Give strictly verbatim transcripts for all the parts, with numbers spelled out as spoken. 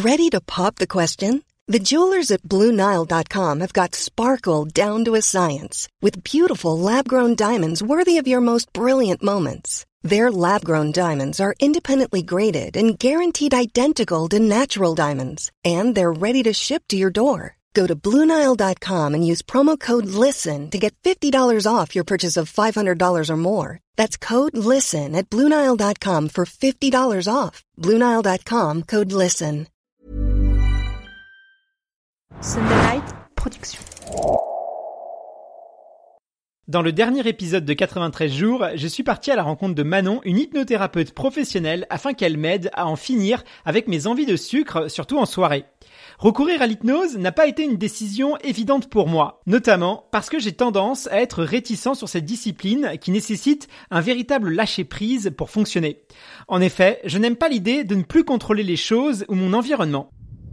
Ready to pop the question? The jewelers at Blue Nile dot com have got sparkle down to a science with beautiful lab-grown diamonds worthy of your most brilliant moments. Their lab-grown diamonds are independently graded and guaranteed identical to natural diamonds, and they're ready to ship to your door. Go to Blue Nile dot com and use promo code LISTEN to get fifty dollars off your purchase of five hundred dollars or more. That's code LISTEN at Blue Nile dot com for fifty dollars off. Blue Nile dot com, code LISTEN. Sunday Night Production. Dans le dernier épisode de quatre-vingt-treize jours, je suis parti à la rencontre de Manon, une hypnothérapeute professionnelle, afin qu'elle m'aide à en finir avec mes envies de sucre, surtout en soirée. Recourir à l'hypnose n'a pas été une décision évidente pour moi, notamment parce que j'ai tendance à être réticent sur cette discipline qui nécessite un véritable lâcher-prise pour fonctionner. En effet, je n'aime pas l'idée de ne plus contrôler les choses ou mon environnement.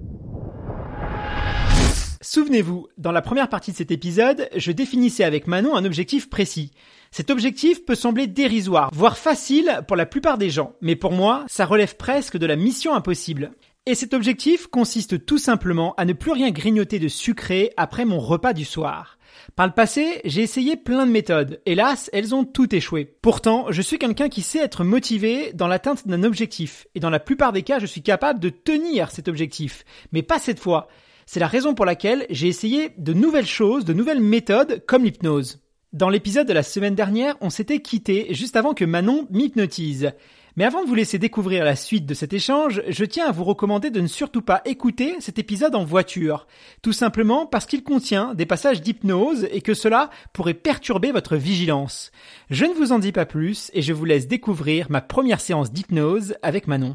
Souvenez-vous, dans la première partie de cet épisode, je définissais avec Manon un objectif précis. Cet objectif peut sembler dérisoire, voire facile pour la plupart des gens, mais pour moi, ça relève presque de la mission impossible. Et cet objectif consiste tout simplement à ne plus rien grignoter de sucré après mon repas du soir. Par le passé, j'ai essayé plein de méthodes. Hélas, elles ont toutes échoué. Pourtant, je suis quelqu'un qui sait être motivé dans l'atteinte d'un objectif. Et dans la plupart des cas, je suis capable de tenir cet objectif. Mais pas cette fois. C'est la raison pour laquelle j'ai essayé de nouvelles choses, de nouvelles méthodes comme l'hypnose. Dans l'épisode de la semaine dernière, on s'était quitté juste avant que Manon m'hypnotise. Mais avant de vous laisser découvrir la suite de cet échange, je tiens à vous recommander de ne surtout pas écouter cet épisode en voiture. Tout simplement parce qu'il contient des passages d'hypnose et que cela pourrait perturber votre vigilance. Je ne vous en dis pas plus et je vous laisse découvrir ma première séance d'hypnose avec Manon.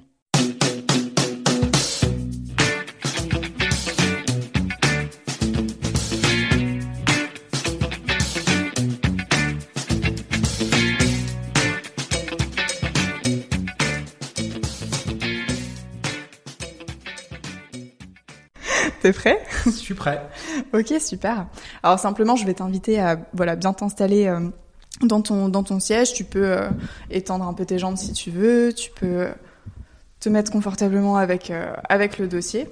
T'es prêt ? Je suis prêt. Ok, super. Alors simplement, je vais t'inviter à voilà bien t'installer euh, dans ton dans ton siège. Tu peux euh, étendre un peu tes jambes si tu veux. Tu peux euh, te mettre confortablement avec euh, avec le dossier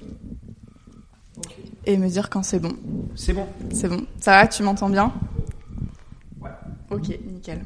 okay. Et me dire quand c'est bon. C'est bon. C'est bon. Ça va ? Tu m'entends bien ? Ouais. Ok, nickel.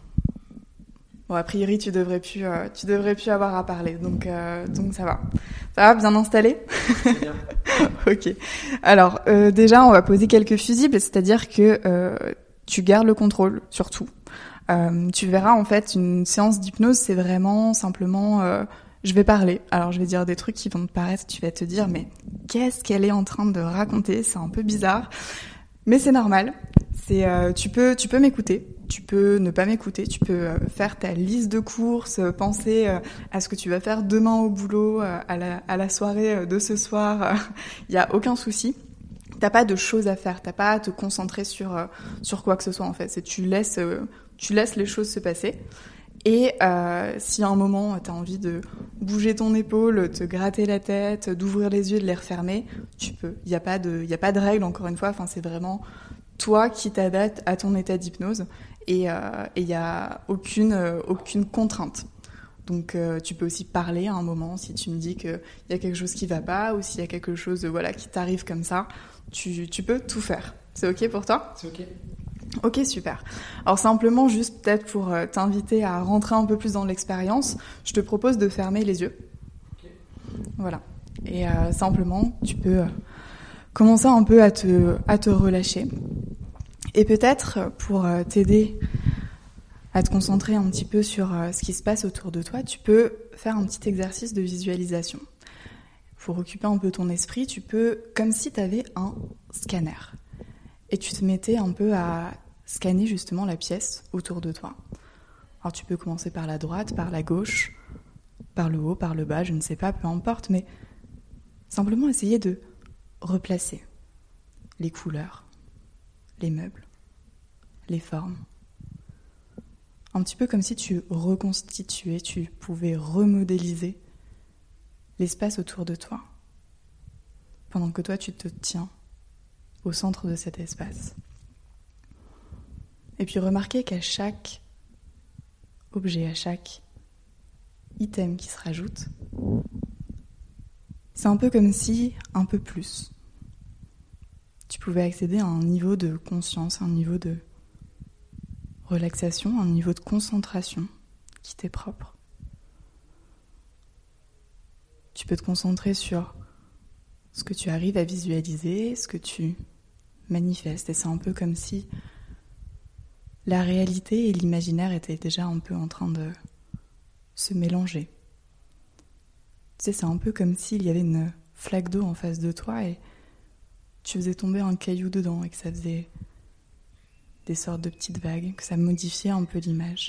Bon, a priori, tu devrais plus, euh, tu devrais plus avoir à parler, donc, euh, donc ça va. Ça va, bien installé ? C'est bien. Ok. Alors, euh, déjà, on va poser quelques fusibles, c'est-à-dire que euh, tu gardes le contrôle sur tout. Euh, tu verras, en fait, une séance d'hypnose, c'est vraiment simplement, euh, je vais parler. Alors, je vais dire des trucs qui vont te paraître, tu vas te dire, mais qu'est-ce qu'elle est en train de raconter ? C'est un peu bizarre, mais c'est normal. C'est, euh, tu peux, tu peux m'écouter. Tu peux ne pas m'écouter, tu peux faire ta liste de courses, penser à ce que tu vas faire demain au boulot, à la, à la soirée de ce soir. Il y a aucun souci. T'as pas de choses à faire, t'as pas à te concentrer sur sur quoi que ce soit en fait. C'est tu laisses tu laisses les choses se passer. Et euh, si à un moment t'as envie de bouger ton épaule, te gratter la tête, d'ouvrir les yeux, de les refermer, tu peux. Il y a pas de il y a pas de règle encore une fois. Enfin c'est vraiment toi qui t'adaptes à ton état d'hypnose. Et il euh, y a aucune euh, aucune contrainte. Donc euh, tu peux aussi parler à un moment si tu me dis que il y a quelque chose qui va pas ou s'il y a quelque chose voilà qui t'arrive comme ça, tu tu peux tout faire. C'est ok pour toi ? C'est ok. Ok, super. Alors simplement juste peut-être pour euh, t'inviter à rentrer un peu plus dans l'expérience, je te propose de fermer les yeux. Okay. Voilà. Et euh, simplement tu peux euh, commencer un peu à te à te relâcher. Et peut-être, pour t'aider à te concentrer un petit peu sur ce qui se passe autour de toi, tu peux faire un petit exercice de visualisation. Pour occuper un peu ton esprit, tu peux, comme si tu avais un scanner. Et tu te mettais un peu à scanner justement la pièce autour de toi. Alors tu peux commencer par la droite, par la gauche, par le haut, par le bas, je ne sais pas, peu importe, mais simplement essayer de replacer les couleurs, les meubles, les formes. Un petit peu comme si tu reconstituais, tu pouvais remodéliser l'espace autour de toi, pendant que toi tu te tiens au centre de cet espace. Et puis remarquez qu'à chaque objet, à chaque item qui se rajoute, C'est un peu comme si, un peu plus, tu pouvais accéder à un niveau de conscience, un niveau de relaxation, un niveau de concentration qui t'est propre. Tu peux te concentrer sur ce que tu arrives à visualiser, ce que tu manifestes. Et c'est un peu comme si la réalité et l'imaginaire étaient déjà un peu en train de se mélanger. Tu sais, c'est un peu comme s'il y avait une flaque d'eau en face de toi et tu faisais tomber un caillou dedans et que ça faisait des sortes de petites vagues, que ça modifiait un peu l'image.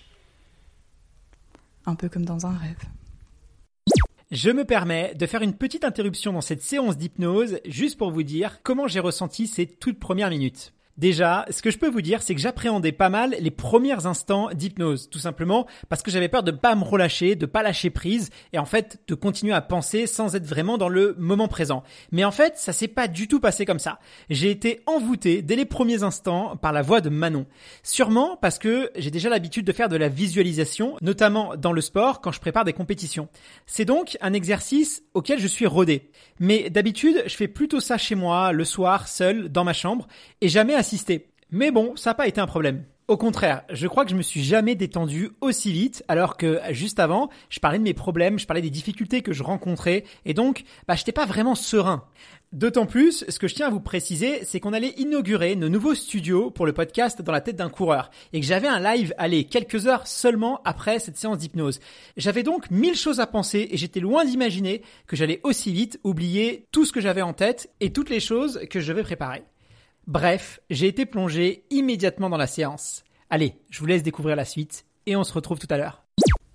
Un peu comme dans un rêve. Je me permets de faire une petite interruption dans cette séance d'hypnose, juste pour vous dire comment j'ai ressenti ces toutes premières minutes. Déjà, ce que je peux vous dire, c'est que j'appréhendais pas mal les premiers instants d'hypnose, tout simplement parce que j'avais peur de pas me relâcher, de pas lâcher prise et en fait de continuer à penser sans être vraiment dans le moment présent. Mais en fait, ça s'est pas du tout passé comme ça. J'ai été envoûté dès les premiers instants par la voix de Manon. Sûrement parce que j'ai déjà l'habitude de faire de la visualisation, notamment dans le sport quand je prépare des compétitions. C'est donc un exercice auquel je suis rodé. Mais d'habitude, je fais plutôt ça chez moi, le soir, seul, dans ma chambre et jamais à assister. Mais bon, ça n'a pas été un problème. Au contraire, je crois que je me suis jamais détendu aussi vite, alors que juste avant, je parlais de mes problèmes, je parlais des difficultés que je rencontrais, et donc, bah, j'étais pas vraiment serein. D'autant plus, ce que je tiens à vous préciser, c'est qu'on allait inaugurer nos nouveaux studios pour le podcast Dans la tête d'un coureur, et que j'avais un live, allez, quelques heures seulement après cette séance d'hypnose. J'avais donc mille choses à penser, et j'étais loin d'imaginer que j'allais aussi vite oublier tout ce que j'avais en tête, et toutes les choses que je devais préparer. Bref, j'ai été plongé immédiatement dans la séance. Allez, je vous laisse découvrir la suite et on se retrouve tout à l'heure.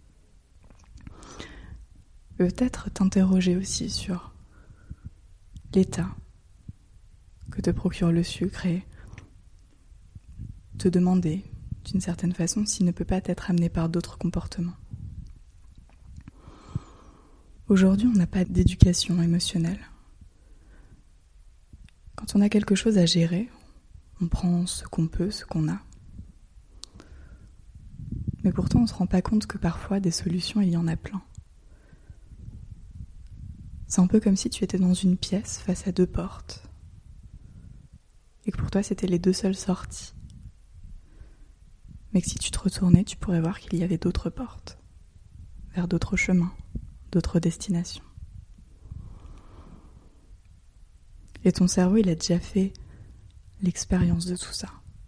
Peut-être t'interroger aussi sur l'état que te procure le sucre et te demander d'une certaine façon s'il ne peut pas être amené par d'autres comportements. Aujourd'hui, on n'a pas d'éducation émotionnelle. Quand on a quelque chose à gérer, on prend ce qu'on peut, ce qu'on a. Mais pourtant, on ne se rend pas compte que parfois, des solutions, il y en a plein. C'est un peu comme si tu étais dans une pièce face à deux portes. Et que pour toi, c'était les deux seules sorties. Mais que si tu te retournais, tu pourrais voir qu'il y avait d'autres portes, vers d'autres chemins, d'autres destinations. Et ton cerveau, il a déjà fait l'expérience de tout ça.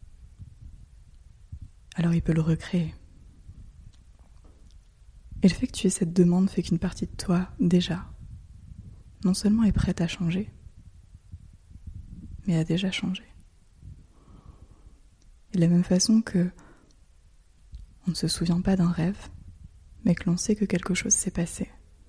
Alors il peut le recréer. Et le fait que tu aies cette demande fait qu'une partie de toi, déjà, non seulement est prête à changer, mais a déjà changé. Et de la même façon que on ne se souvient pas d'un rêve, mais que l'on sait que quelque chose s'est passé.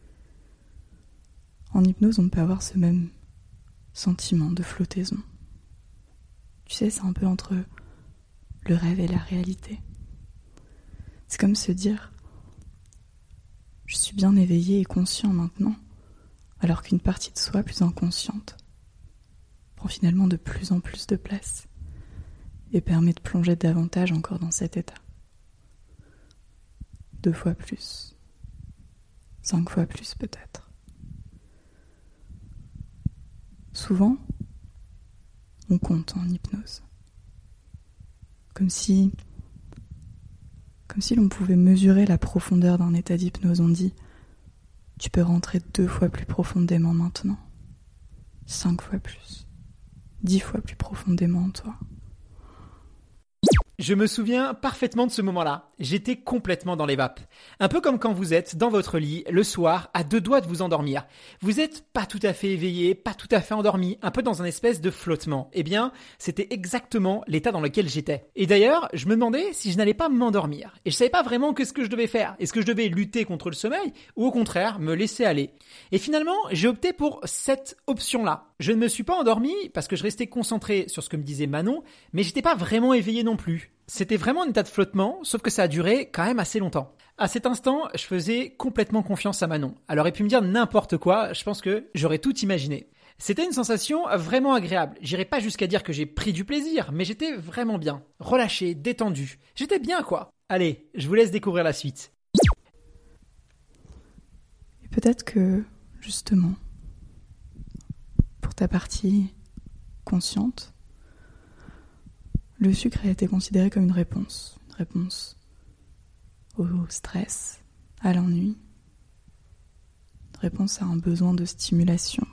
En hypnose, on peut avoir ce même sentiment de flottaison. Tu sais, c'est un peu entre le rêve et la réalité. C'est comme se dire « Je suis bien éveillé et conscient maintenant », alors qu'une partie de soi plus inconsciente prend finalement de plus en plus de place et permet de plonger davantage encore dans cet état. Deux fois plus, cinq fois plus peut-être. Souvent, on compte en hypnose. Comme si, comme si l'on pouvait mesurer la profondeur d'un état d'hypnose. On dit, tu peux rentrer deux fois plus profondément maintenant, cinq fois plus, dix fois plus profondément en toi. Je me souviens parfaitement de ce moment-là. J'étais complètement dans les vapes. Un peu comme quand vous êtes dans votre lit, le soir, à deux doigts de vous endormir. Vous êtes pas tout à fait éveillé, pas tout à fait endormi, un peu dans un espèce de flottement. Eh bien, c'était exactement l'état dans lequel j'étais. Et d'ailleurs, je me demandais si je n'allais pas m'endormir. Et je savais pas vraiment qu'est-ce que je devais faire. Est-ce que je devais lutter contre le sommeil ou au contraire me laisser aller? Et finalement, j'ai opté pour cette option-là. Je ne me suis pas endormi parce que je restais concentré sur ce que me disait Manon, mais j'étais pas vraiment éveillé non plus. C'était vraiment un état de flottement, sauf que ça a duré quand même assez longtemps. À cet instant, je faisais complètement confiance à Manon. Elle aurait pu me dire n'importe quoi, je pense que j'aurais tout imaginé. C'était une sensation vraiment agréable. J'irai pas jusqu'à dire que j'ai pris du plaisir, mais j'étais vraiment bien. Relâché, détendu. J'étais bien quoi. Allez, je vous laisse découvrir la suite. Et peut-être que, justement, ta partie consciente, le sucre a été considéré comme une réponse. Une réponse au stress, à l'ennui, une réponse à un besoin de stimulation.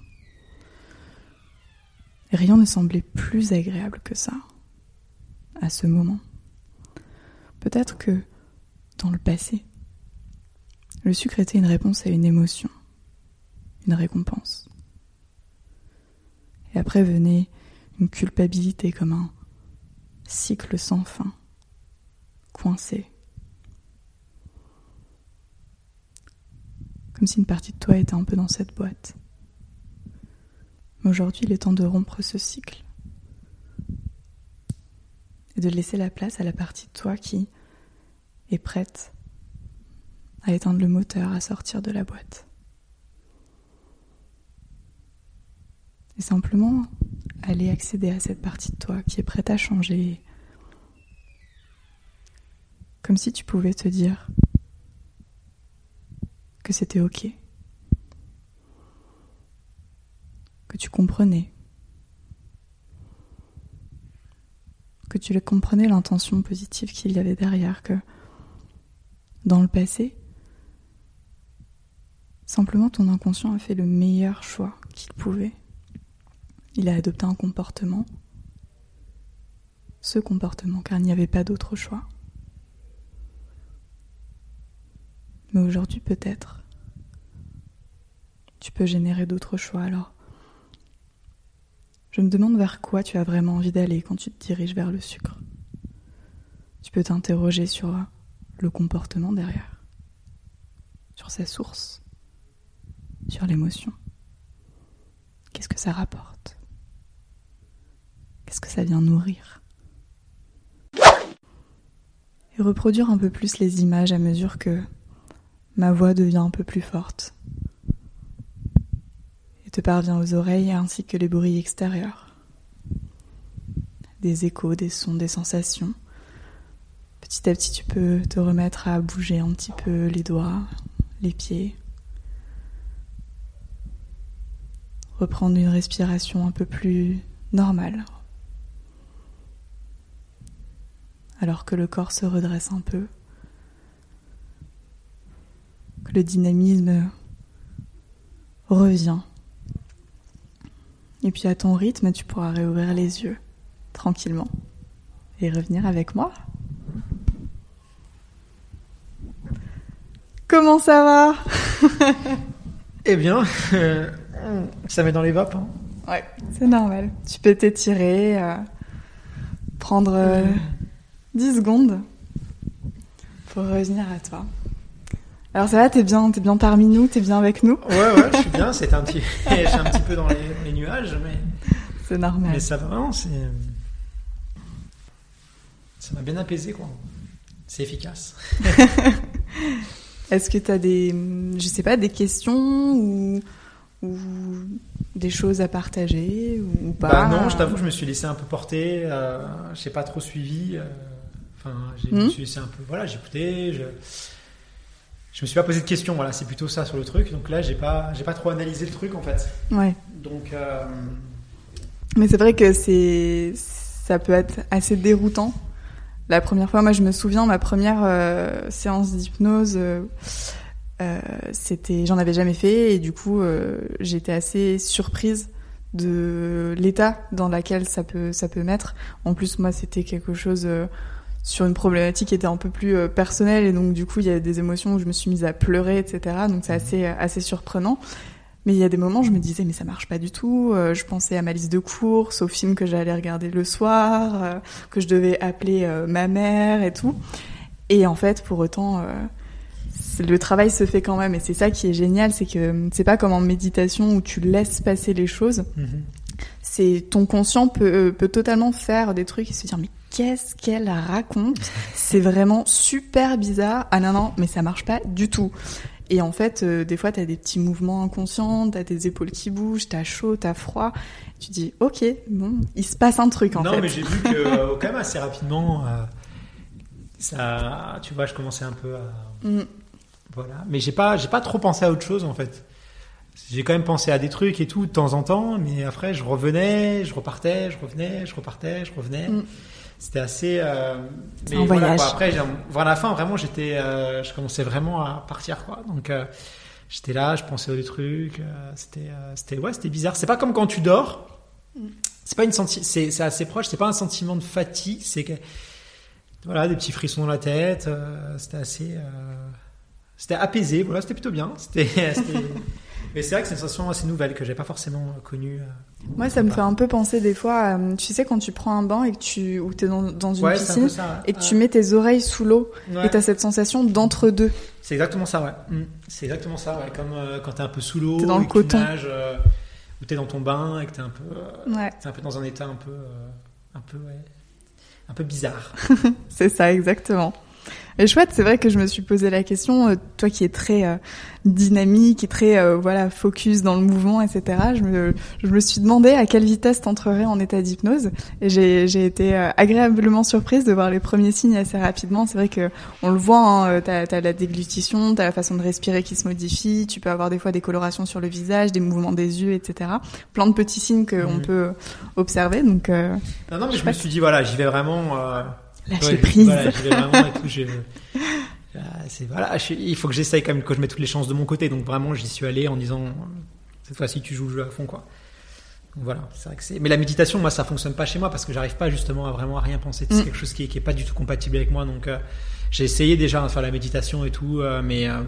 Et rien ne semblait plus agréable que ça, à ce moment. Peut-être que, dans le passé, le sucre était une réponse à une émotion, une récompense. Et après venait une culpabilité comme un cycle sans fin, coincé. Comme si une partie de toi était un peu dans cette boîte. Mais aujourd'hui, il est temps de rompre ce cycle. Et de laisser la place à la partie de toi qui est prête à éteindre le moteur, à sortir de la boîte. Et simplement aller accéder à cette partie de toi qui est prête à changer. Comme si tu pouvais te dire que c'était ok. Que tu comprenais. Que tu comprenais l'intention positive qu'il y avait derrière, que dans le passé, simplement ton inconscient a fait le meilleur choix qu'il pouvait. Il a adopté un comportement, ce comportement, car il n'y avait pas d'autre choix. Mais aujourd'hui, peut-être, tu peux générer d'autres choix. Alors, je me demande vers quoi tu as vraiment envie d'aller quand tu te diriges vers le sucre. Tu peux t'interroger sur le comportement derrière, sur sa source, sur l'émotion. Qu'est-ce que ça rapporte ? Qu'est-ce que ça vient nourrir ? Et reproduire un peu plus les images à mesure que ma voix devient un peu plus forte et te parvient aux oreilles ainsi que les bruits extérieurs. Des échos, des sons, des sensations. Petit à petit, tu peux te remettre à bouger un petit peu les doigts, les pieds. Reprendre une respiration un peu plus normale. Alors que le corps se redresse un peu. Que le dynamisme revient. Et puis à ton rythme, tu pourras réouvrir les yeux tranquillement et revenir avec moi. Comment ça va ? Eh bien, euh, ça met dans les vapes. Hein. Ouais, c'est normal. Tu peux t'étirer, euh, prendre euh, mmh. dix secondes pour revenir à toi. Alors ça va, t'es bien, t'es bien parmi nous, t'es bien avec nous ? Ouais, ouais, je suis bien. C'est un petit, je suis un petit peu dans les, les nuages, mais c'est normal. Mais ça va vraiment, c'est, ça m'a bien apaisé, quoi. C'est efficace. Est-ce que t'as des, je sais pas, des questions ou, ou des choses à partager ou pas ? Bah non, je t'avoue, je me suis laissé un peu porter. Euh, j'ai pas trop suivi. Euh, enfin, j'ai, mmh. je me suis laissé un peu, voilà, j'ai écouté. Je, Je me suis pas posé de questions, voilà, c'est plutôt ça sur le truc. Donc là, j'ai pas, j'ai pas trop analysé le truc en fait. Ouais. Donc. Euh... Mais c'est vrai que c'est, ça peut être assez déroutant. La première fois, moi, je me souviens, ma première euh, séance d'hypnose, euh, euh, c'était, j'en avais jamais fait et du coup, euh, j'étais assez surprise de l'état dans lequel ça peut, ça peut mettre. En plus, moi, c'était quelque chose. Euh, sur une problématique qui était un peu plus euh, personnelle et donc du coup il y a des émotions où je me suis mise à pleurer, et cetera. Donc c'est assez assez surprenant. Mais il y a des moments où je me disais mais ça marche pas du tout. Euh, je pensais à ma liste de courses, aux films que j'allais regarder le soir, euh, que je devais appeler euh, ma mère et tout. Et en fait pour autant euh, le travail se fait quand même et c'est ça qui est génial, c'est que c'est pas comme en méditation où tu laisses passer les choses. Mm-hmm. C'est ton conscient peut peut totalement faire des trucs et se dire mais qu'est-ce qu'elle raconte ? C'est vraiment super bizarre. Ah non, non, mais ça marche pas du tout. Et en fait, euh, des fois, t'as des petits mouvements inconscients, t'as tes épaules qui bougent, t'as chaud, t'as froid. Tu dis, ok, bon, il se passe un truc en non, fait. Non, mais j'ai vu que euh, quand même assez rapidement, euh, ça, tu vois, je commençais un peu à... Mm. Voilà. Mais j'ai pas, j'ai pas trop pensé à autre chose en fait. j'ai quand même pensé à des trucs et tout de temps en temps, mais après je revenais, je repartais, je revenais, je repartais, je revenais. Mm. C'était assez. Euh, mais un voilà, quoi. Après, vers la fin, vraiment, j'étais, euh, je commençais vraiment à partir, quoi. Donc, euh, j'étais là, je pensais aux trucs. Euh, c'était, euh, c'était, ouais, c'était bizarre. C'est pas comme quand tu dors. C'est pas une senti- c'est, c'est assez proche. C'est pas un sentiment de fatigue. C'est que, voilà, des petits frissons dans la tête. Euh, c'était assez. Euh, c'était apaisé. Voilà, c'était plutôt bien. C'était. c'était Mais c'est vrai que c'est une sensation assez nouvelle que j'avais pas forcément connue. Euh, Moi, ça me fait un peu penser des fois, euh, tu sais, quand tu prends un bain et que tu, ou t'es dans, dans une ouais, piscine ça, ouais. et que ouais. tu mets tes oreilles sous l'eau ouais. et t'as cette sensation d'entre-deux. C'est exactement ça, ouais. Mmh. C'est exactement ça, ouais. Comme euh, quand t'es un peu sous l'eau, t'es dans le coton, tu nages, euh, ou t'es dans ton bain et que t'es un peu, euh, ouais. t'es un peu dans un état un peu, euh, un peu, ouais, un peu bizarre. C'est ça, exactement. Et chouette, c'est vrai que je me suis posé la question, euh, toi qui es très euh, dynamique et très euh, voilà focus dans le mouvement, et cetera. Je me, je me suis demandé à quelle vitesse t'entrerais en état d'hypnose, et j'ai, j'ai été euh, agréablement surprise de voir les premiers signes assez rapidement. C'est vrai que on le voit, hein, t'as, t'as la déglutition, t'as la façon de respirer qui se modifie, tu peux avoir des fois des colorations sur le visage, des mouvements des yeux, et cetera. Plein de petits signes que mmh. on peut observer. Donc euh, non, non, mais je me suis dit voilà, j'y vais vraiment. Euh... Lâcher ouais, prise. Voilà, j'y vais vraiment et tout. Je, c'est, voilà, je, il faut que j'essaye quand même, que je mette toutes les chances de mon côté. Donc vraiment, j'y suis allé en disant cette fois-ci, tu joues le jeu à fond, quoi. Donc voilà, c'est vrai que c'est. Mais la méditation, moi, ça fonctionne pas chez moi parce que j'arrive pas justement à vraiment à rien penser. C'est mm. quelque chose qui est, qui est pas du tout compatible avec moi. Donc euh, j'ai essayé déjà de faire la méditation et tout, euh, mais euh,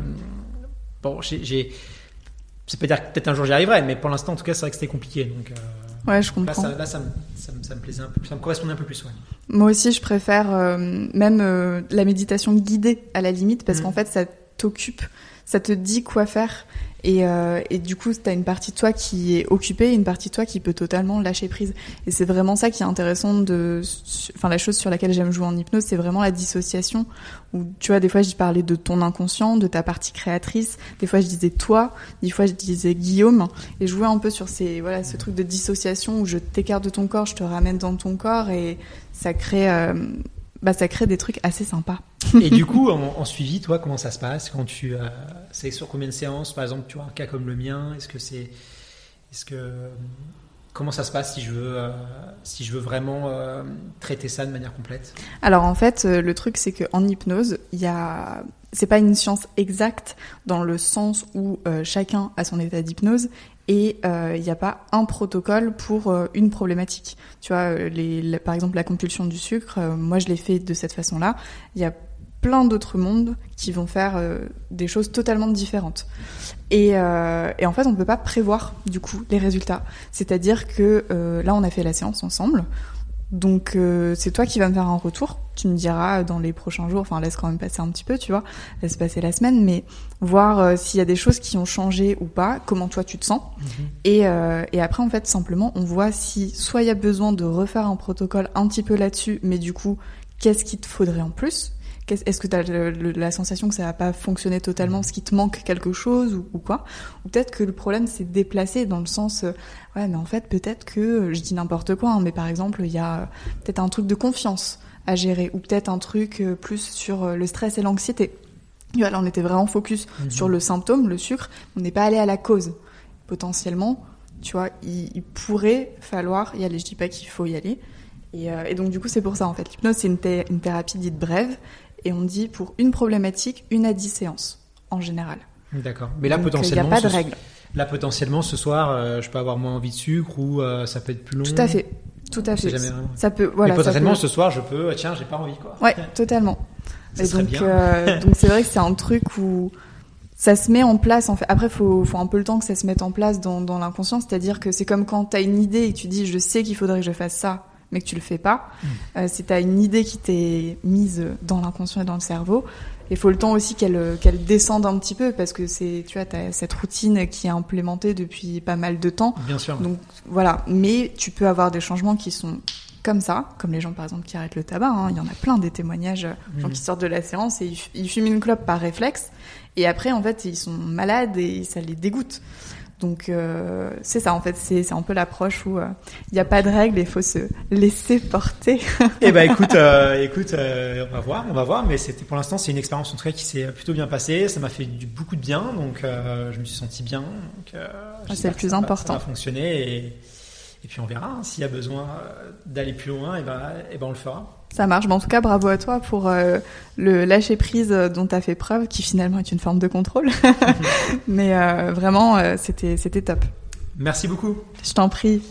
bon, j'ai, j'ai. C'est pas dire que peut-être un jour j'y arriverai, mais pour l'instant, en tout cas, c'est vrai que c'était compliqué. Donc. Euh, Ouais, je comprends. Là, ça, là, ça, me, ça, me, ça me plaisait un peu, ça me correspondait un peu plus, ouais. Moi aussi, je préfère euh, même euh, la méditation guidée à la limite, parce mmh. qu'en fait, ça t'occupe, ça te dit quoi faire, et, euh, et du coup, t'as une partie de toi qui est occupée, et une partie de toi qui peut totalement lâcher prise. Et c'est vraiment ça qui est intéressant de, enfin, la chose sur laquelle j'aime jouer en hypnose, c'est vraiment la dissociation. Où, tu vois, des fois, je parlais de ton inconscient, de ta partie créatrice. Des fois, je disais toi. Des fois, je disais Guillaume. Et je jouais un peu sur ces, voilà, ce truc de dissociation où je t'écarte de ton corps, je te ramène dans ton corps, et ça crée, euh, bah, ça crée des trucs assez sympas. Et du coup, en, en suivi, toi, comment ça se passe quand tu, euh, c'est sur combien de séances, par exemple, tu vois, un cas comme le mien, est-ce que c'est, est-ce que, comment ça se passe si je veux, euh, si je veux vraiment euh, traiter ça de manière complète ? Alors en fait, euh, le truc c'est que en hypnose, il y a, c'est pas une science exacte dans le sens où euh, chacun a son état d'hypnose. Et il euh, n'y a pas un protocole pour euh, une problématique. Tu vois, les, les, par exemple, la compulsion du sucre, euh, moi je l'ai fait de cette façon-là. Il y a plein d'autres mondes qui vont faire euh, des choses totalement différentes. Et, euh, et en fait, on ne peut pas prévoir, du coup, les résultats. C'est-à-dire que euh, là, on a fait la séance ensemble. Donc, euh, c'est toi qui vas me faire un retour. Tu me diras dans les prochains jours, enfin, laisse quand même passer un petit peu, tu vois, laisse passer la semaine, mais voir euh, s'il y a des choses qui ont changé ou pas, comment toi tu te sens. Mmh. Et, euh, et après, en fait, simplement, on voit si soit il y a besoin de refaire un protocole un petit peu là-dessus, mais du coup, qu'est-ce qu'il te faudrait en plus ? Est-ce que tu as le, le, la sensation que ça va pas fonctionner totalement, parce qu'il te manque quelque chose ou, ou quoi ? Ou peut-être que le problème c'est déplacé dans le sens, euh, ouais, mais en fait peut-être que, je dis n'importe quoi, hein, mais par exemple il y a peut-être un truc de confiance à gérer, ou peut-être un truc euh, plus sur euh, le stress et l'anxiété. Là on était vraiment focus mmh. sur le symptôme, le sucre, on n'est pas allé à la cause. Potentiellement, tu vois, il, il pourrait falloir y aller, je dis pas qu'il faut y aller. Et, euh, et donc du coup c'est pour ça en fait, l'hypnose c'est une, thé- une thérapie dite brève. Et on dit pour une problématique, une à dix séances, en général. D'accord. Mais là, donc, potentiellement, il n'y a pas de ce, règle. Là, potentiellement, ce soir, euh, je peux avoir moins envie de sucre ou euh, ça peut être plus long. Tout à fait. Tout à fait. Jamais... Ça peut, voilà, Mais potentiellement, ça peut... ce soir, je peux, tiens, j'ai pas envie, quoi. Ouais, totalement. Ça et serait donc, bien. euh, donc, c'est vrai que c'est un truc où ça se met en place, en fait. Après, faut, faut un peu le temps que ça se mette en place dans, dans l'inconscient. C'est-à-dire que c'est comme quand t'as une idée et que tu dis, je sais qu'il faudrait que je fasse ça, mais que tu le fais pas. Mmh. Euh, c'est t'as une idée qui t'est mise dans l'inconscient et dans le cerveau. Il faut le temps aussi qu'elle, qu'elle descende un petit peu parce que c'est, tu vois, t'as cette routine qui est implémentée depuis pas mal de temps. Bien sûr. Donc, voilà. Mais tu peux avoir des changements qui sont comme ça, comme les gens, par exemple, qui arrêtent le tabac, hein. Il y en a plein des témoignages, mmh. gens qui sortent de la séance et ils, ils fument une clope par réflexe. Et après, en fait, ils sont malades et ça les dégoûte. Donc euh, c'est ça en fait, c'est c'est un peu l'approche où il euh, y a pas de règles et il faut se laisser porter. Eh ben écoute, euh, écoute, euh, on va voir, on va voir, mais c'était pour l'instant c'est une expérience en tout cas qui s'est plutôt bien passée. Ça m'a fait du, beaucoup de bien, donc euh, je me suis senti bien. Donc, euh, ah, c'est le plus ça important. Va, ça va fonctionner et, et puis on verra hein, s'il y a besoin d'aller plus loin, et ben et ben on le fera. Ça marche. Mais en tout cas, bravo à toi pour euh, le lâcher prise dont tu as fait preuve, qui finalement est une forme de contrôle. Mais euh, vraiment, euh, c'était c'était top. Merci beaucoup. Je t'en prie.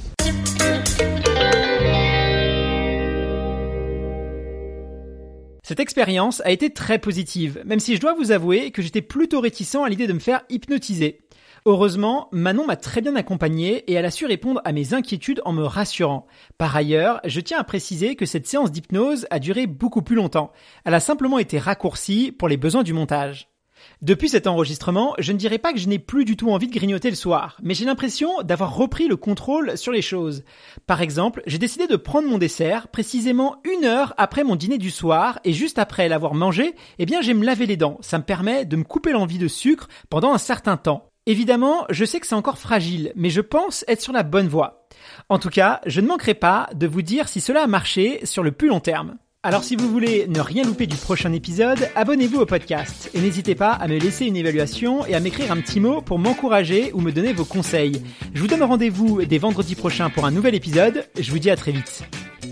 Cette expérience a été très positive, même si je dois vous avouer que j'étais plutôt réticent à l'idée de me faire hypnotiser. Heureusement, Manon m'a très bien accompagné et elle a su répondre à mes inquiétudes en me rassurant. Par ailleurs, je tiens à préciser que cette séance d'hypnose a duré beaucoup plus longtemps. Elle a simplement été raccourcie pour les besoins du montage. Depuis cet enregistrement, je ne dirais pas que je n'ai plus du tout envie de grignoter le soir, mais j'ai l'impression d'avoir repris le contrôle sur les choses. Par exemple, j'ai décidé de prendre mon dessert précisément une heure après mon dîner du soir et juste après l'avoir mangé, eh bien, j'ai me laver les dents. Ça me permet de me couper l'envie de sucre pendant un certain temps. Évidemment, je sais que c'est encore fragile, mais je pense être sur la bonne voie. En tout cas, je ne manquerai pas de vous dire si cela a marché sur le plus long terme. Alors si vous voulez ne rien louper du prochain épisode, abonnez-vous au podcast et n'hésitez pas à me laisser une évaluation et à m'écrire un petit mot pour m'encourager ou me donner vos conseils. Je vous donne rendez-vous dès vendredi prochain pour un nouvel épisode. Je vous dis à très vite.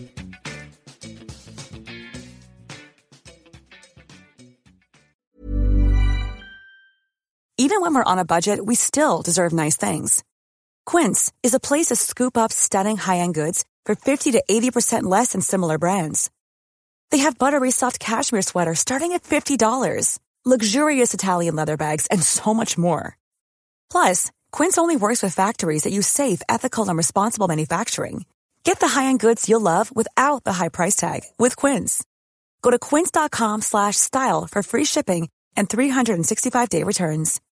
Even when we're on a budget, we still deserve nice things. Quince is a place to scoop up stunning high-end goods for fifty to eighty percent less than similar brands. They have buttery soft cashmere sweaters starting at fifty dollars, luxurious Italian leather bags, and so much more. Plus, Quince only works with factories that use safe, ethical, and responsible manufacturing. Get the high-end goods you'll love without the high price tag with Quince. Go to quince.com slash style for free shipping and three sixty-five day returns.